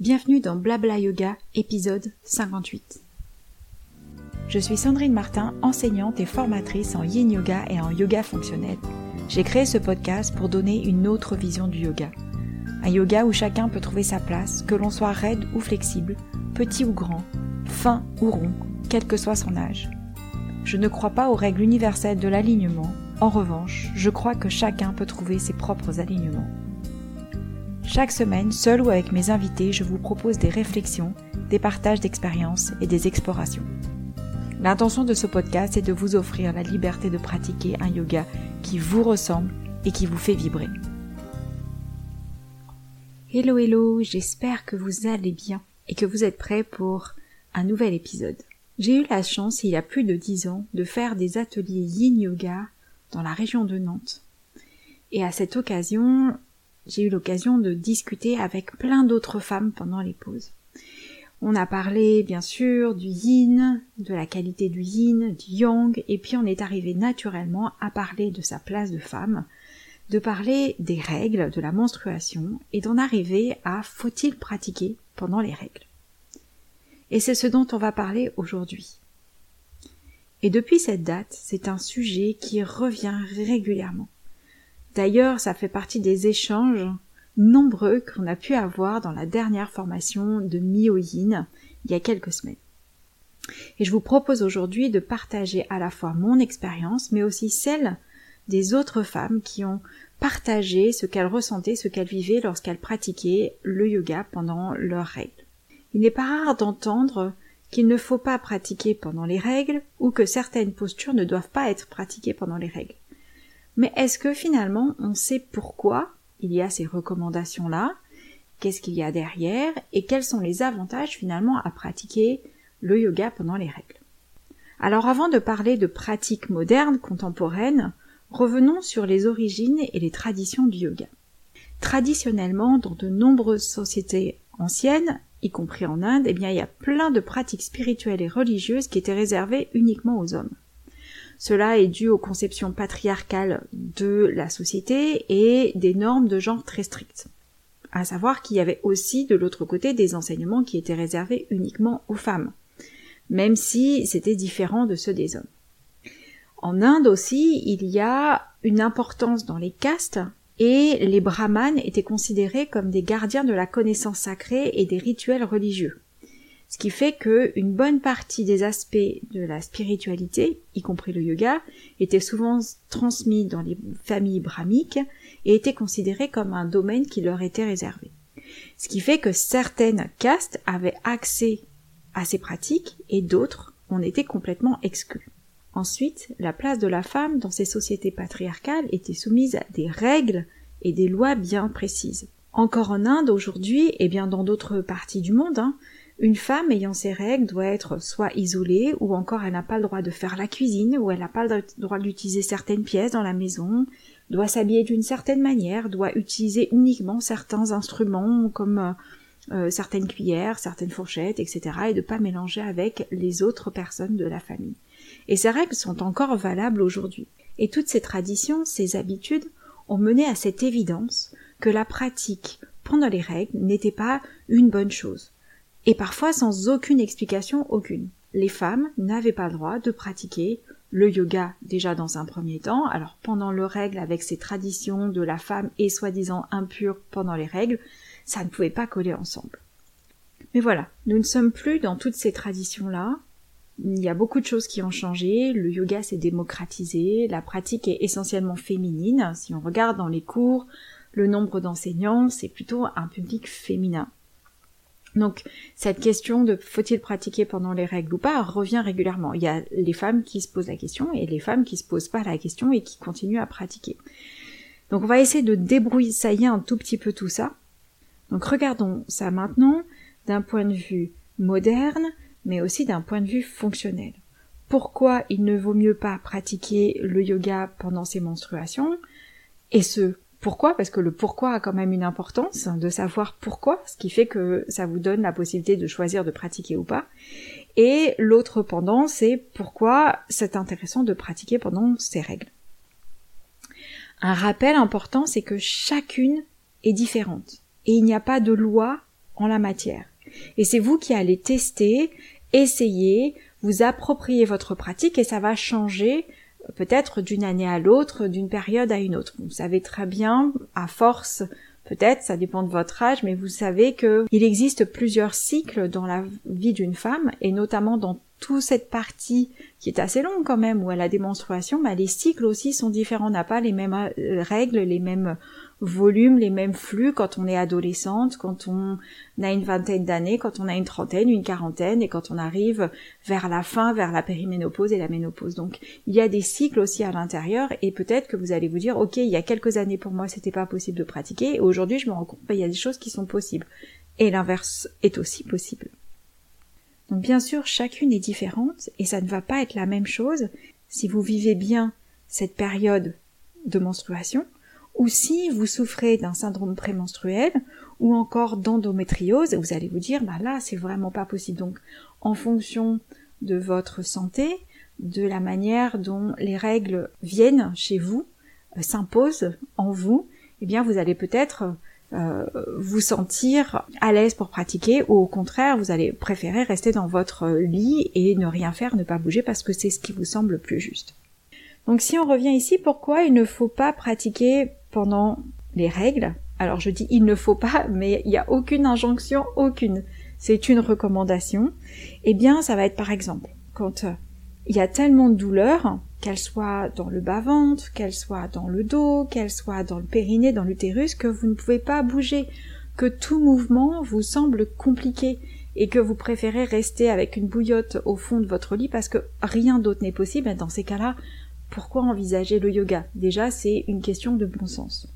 Bienvenue dans Blabla Yoga, épisode 58. Je suis Sandrine Martin, enseignante et formatrice en Yin Yoga et en yoga fonctionnel. J'ai créé ce podcast pour donner une autre vision du yoga. Un yoga où chacun peut trouver sa place, que l'on soit raide ou flexible, petit ou grand, fin ou rond, quel que soit son âge. Je ne crois pas aux règles universelles de l'alignement. En revanche, je crois que chacun peut trouver ses propres alignements. Chaque semaine, seul ou avec mes invités, je vous propose des réflexions, des partages d'expériences et des explorations. L'intention de ce podcast est de vous offrir la liberté de pratiquer un yoga qui vous ressemble et qui vous fait vibrer. Hello, j'espère que vous allez bien et que vous êtes prêts pour un nouvel épisode. J'ai eu la chance, il y a plus de 10 ans, de faire des ateliers Yin Yoga dans la région de Nantes. Et à cette occasion, j'ai eu l'occasion de discuter avec plein d'autres femmes pendant les pauses. On a parlé bien sûr du yin, de la qualité du yin, du yang, et puis on est arrivé naturellement à parler de sa place de femme, de parler des règles, de la menstruation, et d'en arriver à faut-il pratiquer pendant les règles. Et c'est ce dont on va parler aujourd'hui. Et depuis cette date, c'est un sujet qui revient régulièrement. D'ailleurs, ça fait partie des échanges nombreux qu'on a pu avoir dans la dernière formation de Myo-Yin, il y a quelques semaines. Et je vous propose aujourd'hui de partager à la fois mon expérience, mais aussi celle des autres femmes qui ont partagé ce qu'elles ressentaient, ce qu'elles vivaient lorsqu'elles pratiquaient le yoga pendant leurs règles. Il n'est pas rare d'entendre qu'il ne faut pas pratiquer pendant les règles ou que certaines postures ne doivent pas être pratiquées pendant les règles. Mais est-ce que finalement on sait pourquoi il y a ces recommandations-là, qu'est-ce qu'il y a derrière et quels sont les avantages finalement à pratiquer le yoga pendant les règles? Alors avant de parler de pratiques modernes, contemporaines, revenons sur les origines et les traditions du yoga. Traditionnellement, dans de nombreuses sociétés anciennes, y compris en Inde, il y a plein de pratiques spirituelles et religieuses qui étaient réservées uniquement aux hommes. Cela est dû aux conceptions patriarcales de la société et des normes de genre très strictes. À savoir qu'il y avait aussi de l'autre côté des enseignements qui étaient réservés uniquement aux femmes, même si c'était différent de ceux des hommes. En Inde aussi, il y a une importance dans les castes et les brahmanes étaient considérés comme des gardiens de la connaissance sacrée et des rituels religieux. Ce qui fait qu'une bonne partie des aspects de la spiritualité, y compris le yoga, étaient souvent transmis dans les familles brahmiques et étaient considérés comme un domaine qui leur était réservé. Ce qui fait que certaines castes avaient accès à ces pratiques et d'autres en étaient complètement exclus. Ensuite, la place de la femme dans ces sociétés patriarcales était soumise à des règles et des lois bien précises. Encore en Inde aujourd'hui, et bien dans d'autres parties du monde, une femme ayant ses règles doit être soit isolée, ou encore elle n'a pas le droit de faire la cuisine, ou elle n'a pas le droit d'utiliser certaines pièces dans la maison, doit s'habiller d'une certaine manière, doit utiliser uniquement certains instruments comme certaines cuillères, certaines fourchettes, etc. et de ne pas mélanger avec les autres personnes de la famille. Et ces règles sont encore valables aujourd'hui. Et toutes ces traditions, ces habitudes ont mené à cette évidence que la pratique pendant les règles n'était pas une bonne chose. Et parfois sans aucune explication aucune. Les femmes n'avaient pas le droit de pratiquer le yoga déjà dans un premier temps. Alors pendant les règles, avec ces traditions de la femme et soi-disant impure pendant les règles, ça ne pouvait pas coller ensemble. Mais voilà, nous ne sommes plus dans toutes ces traditions-là. Il y a beaucoup de choses qui ont changé, le yoga s'est démocratisé, la pratique est essentiellement féminine. Si on regarde dans les cours, le nombre d'enseignants, c'est plutôt un public féminin. Donc, cette question de faut-il pratiquer pendant les règles ou pas revient régulièrement. Il y a les femmes qui se posent la question et les femmes qui se posent pas la question et qui continuent à pratiquer. Donc, on va essayer de débroussailler un tout petit peu tout ça. Donc, regardons ça maintenant d'un point de vue moderne, mais aussi d'un point de vue fonctionnel. Pourquoi il ne vaut mieux pas pratiquer le yoga pendant ses menstruations? Et pourquoi? Parce que le pourquoi a quand même une importance, de savoir pourquoi, ce qui fait que ça vous donne la possibilité de choisir de pratiquer ou pas. Et l'autre pendant, c'est pourquoi c'est intéressant de pratiquer pendant ces règles. Un rappel important, c'est que chacune est différente. Et il n'y a pas de loi en la matière. Et c'est vous qui allez tester, essayer, vous approprier votre pratique et ça va changer peut-être d'une année à l'autre, d'une période à une autre. Vous savez très bien, à force, peut-être, ça dépend de votre âge, mais vous savez que il existe plusieurs cycles dans la vie d'une femme, et notamment dans toute cette partie qui est assez longue quand même, où elle a des menstruations, les cycles aussi sont différents. On n'a pas les mêmes règles, les mêmes volumes, les mêmes flux quand on est adolescente, quand on a une vingtaine d'années, quand on a une trentaine, une quarantaine, et quand on arrive vers la fin, vers la périménopause et la ménopause. Donc, il y a des cycles aussi à l'intérieur, et peut-être que vous allez vous dire, ok, il y a quelques années pour moi, c'était pas possible de pratiquer, et aujourd'hui, je me rends compte, il y a des choses qui sont possibles. Et l'inverse est aussi possible. Donc, bien sûr, chacune est différente, et ça ne va pas être la même chose si vous vivez bien cette période de menstruation, ou si vous souffrez d'un syndrome prémenstruel, ou encore d'endométriose, et vous allez vous dire, là, c'est vraiment pas possible. Donc, en fonction de votre santé, de la manière dont les règles viennent chez vous, s'imposent en vous, eh bien, vous allez peut-être vous sentir à l'aise pour pratiquer, ou au contraire, vous allez préférer rester dans votre lit et ne rien faire, ne pas bouger, parce que c'est ce qui vous semble le plus juste. Donc si on revient ici, pourquoi il ne faut pas pratiquer pendant les règles? Alors je dis il ne faut pas, mais il n'y a aucune injonction, aucune. C'est une recommandation. Eh bien, ça va être par exemple, quand il y a tellement de douleurs, qu'elles soient dans le bas-ventre, qu'elles soient dans le dos, qu'elles soient dans le périnée, dans l'utérus, que vous ne pouvez pas bouger, que tout mouvement vous semble compliqué, et que vous préférez rester avec une bouillotte au fond de votre lit parce que rien d'autre n'est possible. Et dans ces cas-là, pourquoi envisager le yoga? Déjà, c'est une question de bon sens.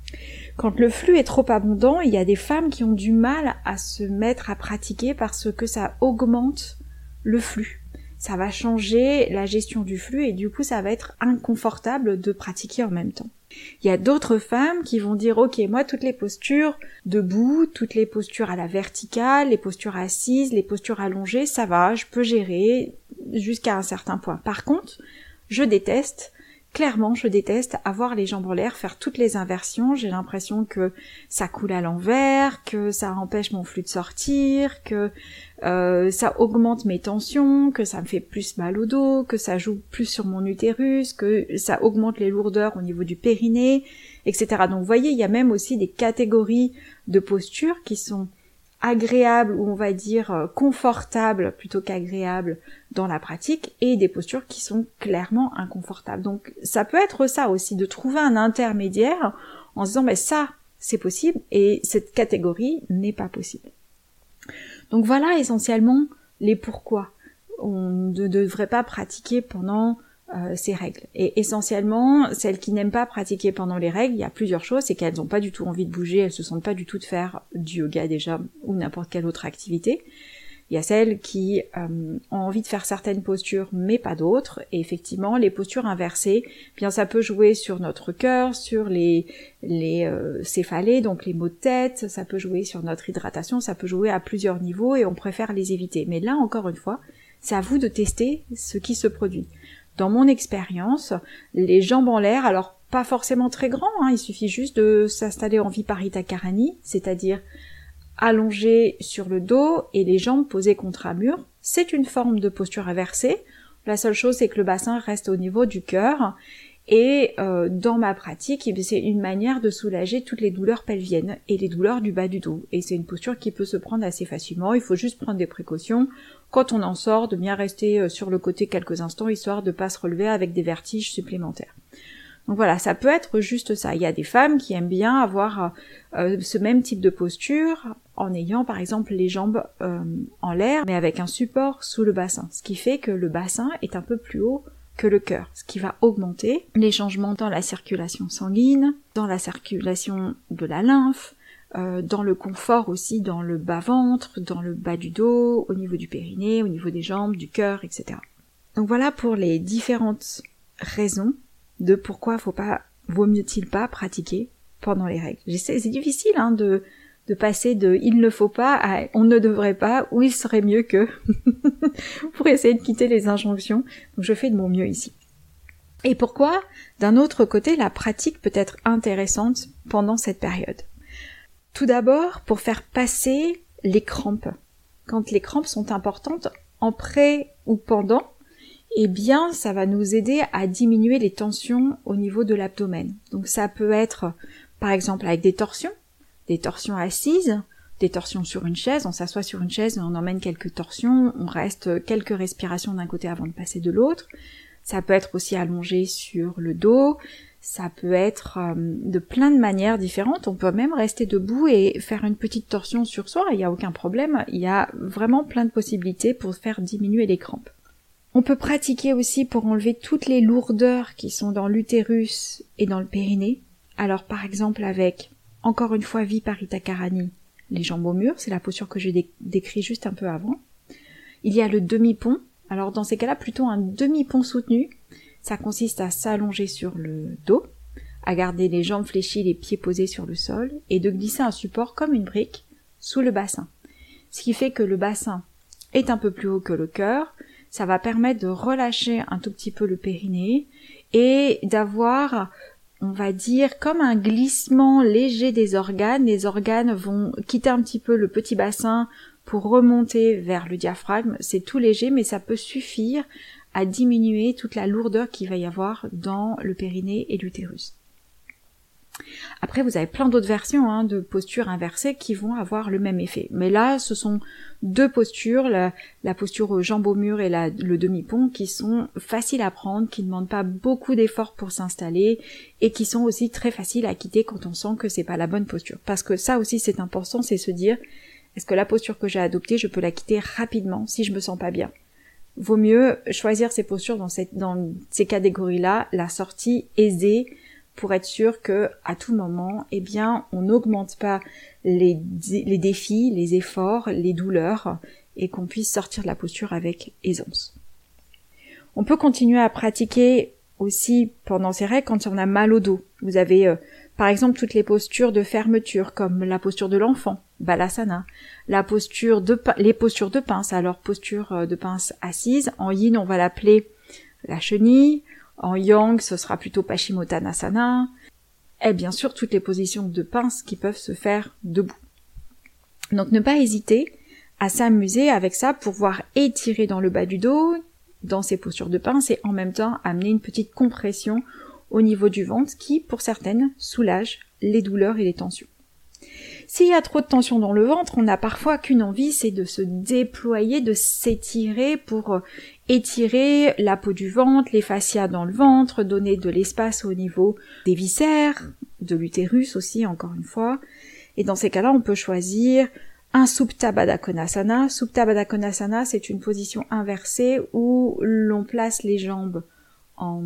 Quand le flux est trop abondant, il y a des femmes qui ont du mal à se mettre à pratiquer parce que ça augmente le flux. Ça va changer la gestion du flux et du coup, ça va être inconfortable de pratiquer en même temps. Il y a d'autres femmes qui vont dire, ok, moi, toutes les postures debout, toutes les postures à la verticale, les postures assises, les postures allongées, ça va, je peux gérer jusqu'à un certain point. Par contre, je déteste avoir les jambes en l'air, faire toutes les inversions. J'ai l'impression que ça coule à l'envers, que ça empêche mon flux de sortir, que ça augmente mes tensions, que ça me fait plus mal au dos, que ça joue plus sur mon utérus, que ça augmente les lourdeurs au niveau du périnée, etc. Donc vous voyez, il y a même aussi des catégories de postures qui sont agréable ou on va dire confortable plutôt qu'agréable dans la pratique et des postures qui sont clairement inconfortables. Donc ça peut être ça aussi, de trouver un intermédiaire en se disant ça c'est possible et cette catégorie n'est pas possible. Donc voilà essentiellement les pourquoi. On ne devrait pas pratiquer pendant ces règles. Et essentiellement, celles qui n'aiment pas pratiquer pendant les règles, il y a plusieurs choses, c'est qu'elles n'ont pas du tout envie de bouger, elles se sentent pas du tout de faire du yoga déjà, ou n'importe quelle autre activité. Il y a celles qui ont envie de faire certaines postures, mais pas d'autres, et effectivement, les postures inversées, bien ça peut jouer sur notre cœur, sur les céphalées, donc les maux de tête, ça peut jouer sur notre hydratation, ça peut jouer à plusieurs niveaux, et on préfère les éviter. Mais là, encore une fois, c'est à vous de tester ce qui se produit. Dans mon expérience, les jambes en l'air, alors pas forcément très grand, il suffit juste de s'installer en Viparita Karani, c'est-à-dire allongé sur le dos et les jambes posées contre un mur. C'est une forme de posture inversée. La seule chose, c'est que le bassin reste au niveau du cœur. Et dans ma pratique, c'est une manière de soulager toutes les douleurs pelviennes et les douleurs du bas du dos. Et c'est une posture qui peut se prendre assez facilement. Il faut juste prendre des précautions. Quand on en sort, de bien rester sur le côté quelques instants, histoire de pas se relever avec des vertiges supplémentaires. Donc voilà, ça peut être juste ça. Il y a des femmes qui aiment bien avoir ce même type de posture en ayant par exemple les jambes en l'air, mais avec un support sous le bassin. Ce qui fait que le bassin est un peu plus haut que le cœur, ce qui va augmenter les changements dans la circulation sanguine, dans la circulation de la lymphe, dans le confort aussi, dans le bas-ventre, dans le bas du dos, au niveau du périnée, au niveau des jambes, du cœur, etc. Donc voilà pour les différentes raisons de pourquoi vaut mieux-il pas pratiquer pendant les règles. C'est difficile de passer de il ne faut pas à on ne devrait pas ou il serait mieux que pour essayer de quitter les injonctions. Donc je fais de mon mieux ici. Et pourquoi, d'un autre côté, la pratique peut être intéressante pendant cette période? Tout d'abord, pour faire passer les crampes. Quand les crampes sont importantes, en pré ou pendant, eh bien, ça va nous aider à diminuer les tensions au niveau de l'abdomen. Donc ça peut être, par exemple, avec des torsions assises, des torsions sur une chaise, on s'assoit sur une chaise et on emmène quelques torsions, on reste quelques respirations d'un côté avant de passer de l'autre. Ça peut être aussi allongé sur le dos, ça peut être de plein de manières différentes, on peut même rester debout et faire une petite torsion sur soi, il n'y a aucun problème, il y a vraiment plein de possibilités pour faire diminuer les crampes. On peut pratiquer aussi pour enlever toutes les lourdeurs qui sont dans l'utérus et dans le périnée. Alors par exemple avec, encore une fois, Viparita Karani, les jambes au mur, c'est la posture que j'ai décrit juste un peu avant. Il y a le demi-pont. Alors dans ces cas-là, plutôt un demi-pont soutenu. Ça consiste à s'allonger sur le dos, à garder les jambes fléchies, les pieds posés sur le sol, et de glisser un support comme une brique sous le bassin. Ce qui fait que le bassin est un peu plus haut que le cœur. Ça va permettre de relâcher un tout petit peu le périnée et d'avoir, on va dire, comme un glissement léger des organes. Les organes vont quitter un petit peu le petit bassin pour remonter vers le diaphragme. C'est tout léger, mais ça peut suffire à diminuer toute la lourdeur qu'il va y avoir dans le périnée et l'utérus. Après, vous avez plein d'autres versions de postures inversées qui vont avoir le même effet. Mais là, ce sont deux postures, la posture jambes au mur et le demi-pont, qui sont faciles à prendre, qui ne demandent pas beaucoup d'efforts pour s'installer et qui sont aussi très faciles à quitter quand on sent que c'est pas la bonne posture. Parce que ça aussi, c'est important, c'est se dire, est-ce que la posture que j'ai adoptée, je peux la quitter rapidement si je me sens pas bien? Vaut mieux choisir ces postures dans ces catégories-là, la sortie aisée, pour être sûr que à tout moment, eh bien, on n'augmente pas les défis, les efforts, les douleurs, et qu'on puisse sortir de la posture avec aisance. On peut continuer à pratiquer aussi pendant ces règles quand on a mal au dos. Vous avez par exemple toutes les postures de fermeture, comme la posture de l'enfant, Balasana, les postures de pince, alors posture de pince assise, en yin on va l'appeler la chenille, en yang, ce sera plutôt Paschimottanasana, et bien sûr toutes les positions de pince qui peuvent se faire debout. Donc ne pas hésiter à s'amuser avec ça pour pouvoir étirer dans le bas du dos, dans ces postures de pince, et en même temps amener une petite compression au niveau du ventre qui, pour certaines, soulage les douleurs et les tensions. S'il y a trop de tension dans le ventre, on n'a parfois qu'une envie, c'est de se déployer, de s'étirer pour étirer la peau du ventre, les fascias dans le ventre, donner de l'espace au niveau des viscères, de l'utérus aussi, encore une fois. Et dans ces cas-là, on peut choisir un Supta Baddha Konasana. Supta Baddha Konasana, c'est une position inversée où l'on place les jambes en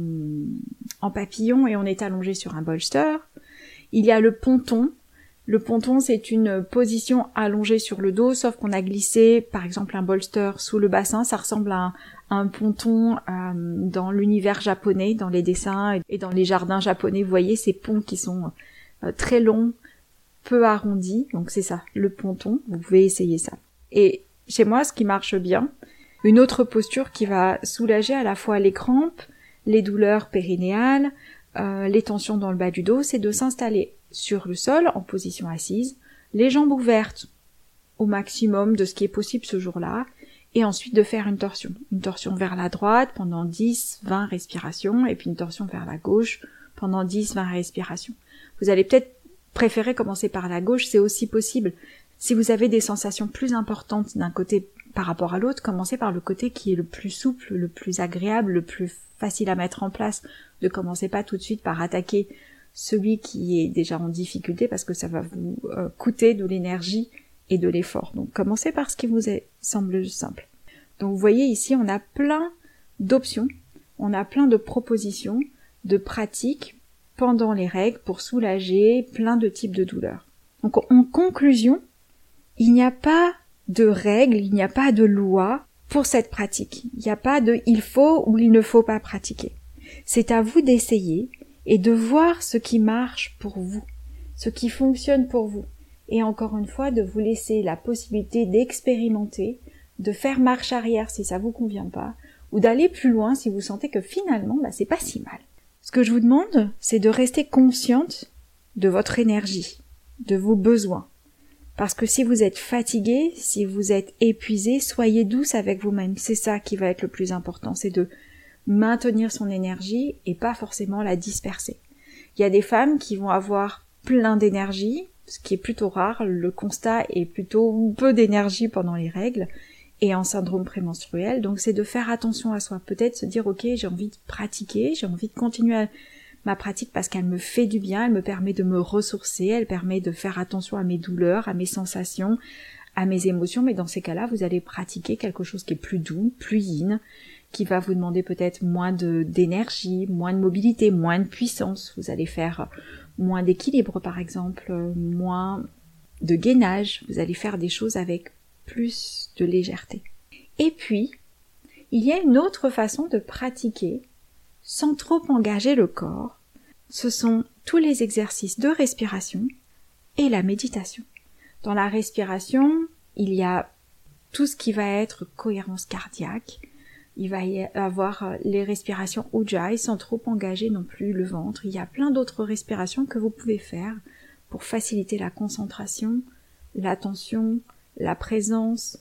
papillon et on est allongé sur un bolster. Il y a le ponton. Le ponton, c'est une position allongée sur le dos, sauf qu'on a glissé, par exemple, un bolster sous le bassin. Ça ressemble à un ponton dans l'univers japonais, dans les dessins et dans les jardins japonais. Vous voyez ces ponts qui sont très longs, peu arrondis. Donc c'est ça, le ponton. Vous pouvez essayer ça. Et chez moi, ce qui marche bien, une autre posture qui va soulager à la fois les crampes, les douleurs périnéales, les tensions dans le bas du dos, c'est de s'installer sur le sol en position assise, les jambes ouvertes au maximum de ce qui est possible ce jour-là, et ensuite de faire une torsion vers la droite pendant 10-20 respirations, et puis une torsion vers la gauche pendant 10-20 respirations. Vous allez peut-être préférer commencer par la gauche, c'est aussi possible. Si vous avez des sensations plus importantes d'un côté par rapport à l'autre, commencez par le côté qui est le plus souple, le plus agréable, le plus facile à mettre en place. Ne commencez pas tout de suite par attaquer celui qui est déjà en difficulté parce que ça va vous coûter de l'énergie et de l'effort. Donc commencez par ce qui vous semble simple. Donc vous voyez ici, on a plein d'options, on a plein de propositions, de pratiques pendant les règles pour soulager plein de types de douleurs. Donc en conclusion, il n'y a pas de règles, il n'y a pas de loi pour cette pratique. Il n'y a pas de il faut ou il ne faut pas pratiquer. C'est à vous d'essayer et de voir ce qui marche pour vous, ce qui fonctionne pour vous. Et encore une fois, de vous laisser la possibilité d'expérimenter, de faire marche arrière si ça vous convient pas, ou d'aller plus loin si vous sentez que finalement, c'est pas si mal. Ce que je vous demande, c'est de rester consciente de votre énergie, de vos besoins. Parce que si vous êtes fatigué, si vous êtes épuisé, soyez douce avec vous-même. C'est ça qui va être le plus important, c'est de maintenir son énergie et pas forcément la disperser. Il y a des femmes qui vont avoir plein d'énergie, ce qui est plutôt rare. Le constat est plutôt peu d'énergie pendant les règles et en syndrome prémenstruel. Donc c'est de faire attention à soi. Peut-être se dire, ok, j'ai envie de pratiquer, j'ai envie de continuer ma pratique parce qu'elle me fait du bien, elle me permet de me ressourcer, elle permet de faire attention à mes douleurs, à mes sensations, à mes émotions. Mais dans ces cas-là, vous allez pratiquer quelque chose qui est plus doux, plus yin, qui va vous demander peut-être moins d'énergie, moins de mobilité, moins de puissance. Vous allez faire moins d'équilibre par exemple, moins de gainage. Vous allez faire des choses avec plus de légèreté. Et puis, il y a une autre façon de pratiquer sans trop engager le corps. Ce sont tous les exercices de respiration et la méditation. Dans la respiration, il y a tout ce qui va être cohérence cardiaque. Il va y avoir les respirations Ujjayi sans trop engager non plus le ventre. Il y a plein d'autres respirations que vous pouvez faire pour faciliter la concentration, l'attention, la présence,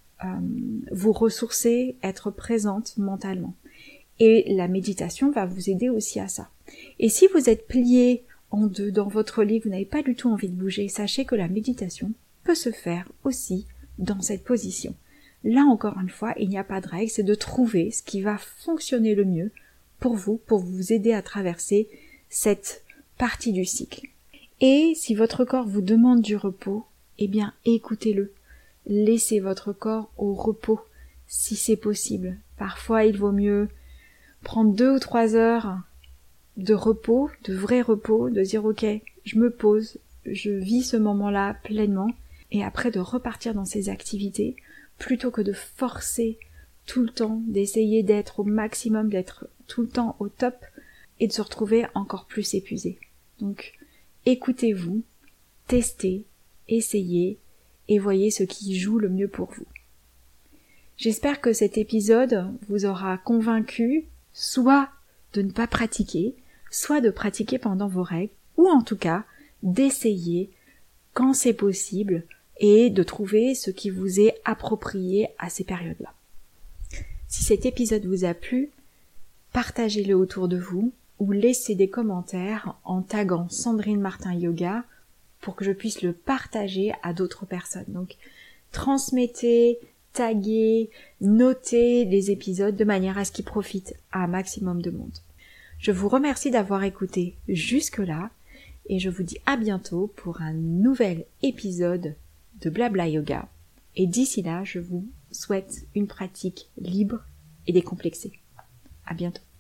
vous ressourcer, être présente mentalement. Et la méditation va vous aider aussi à ça. Et si vous êtes plié en deux dans votre lit, vous n'avez pas du tout envie de bouger, sachez que la méditation peut se faire aussi dans cette position. Là encore une fois, il n'y a pas de règle, c'est de trouver ce qui va fonctionner le mieux pour vous aider à traverser cette partie du cycle. Et si votre corps vous demande du repos, eh bien écoutez-le. Laissez votre corps au repos, si c'est possible. Parfois, il vaut mieux prendre 2 ou 3 heures de repos, de vrai repos, de dire ok, je me pose, je vis ce moment-là pleinement, et après de repartir dans ses activités, plutôt que de forcer tout le temps, d'essayer d'être au maximum, d'être tout le temps au top, et de se retrouver encore plus épuisé. Donc, écoutez-vous, testez, essayez, et voyez ce qui joue le mieux pour vous. J'espère que cet épisode vous aura convaincu, soit de ne pas pratiquer, soit de pratiquer pendant vos règles, ou en tout cas, d'essayer quand c'est possible, et de trouver ce qui vous est approprié à ces périodes-là. Si cet épisode vous a plu, partagez-le autour de vous ou laissez des commentaires en taguant Sandrine Martin Yoga pour que je puisse le partager à d'autres personnes. Donc, transmettez, taguez, notez les épisodes de manière à ce qu'ils profitent à un maximum de monde. Je vous remercie d'avoir écouté jusque-là et je vous dis à bientôt pour un nouvel épisode de Blabla Yoga. Et d'ici là, je vous souhaite une pratique libre et décomplexée. À bientôt.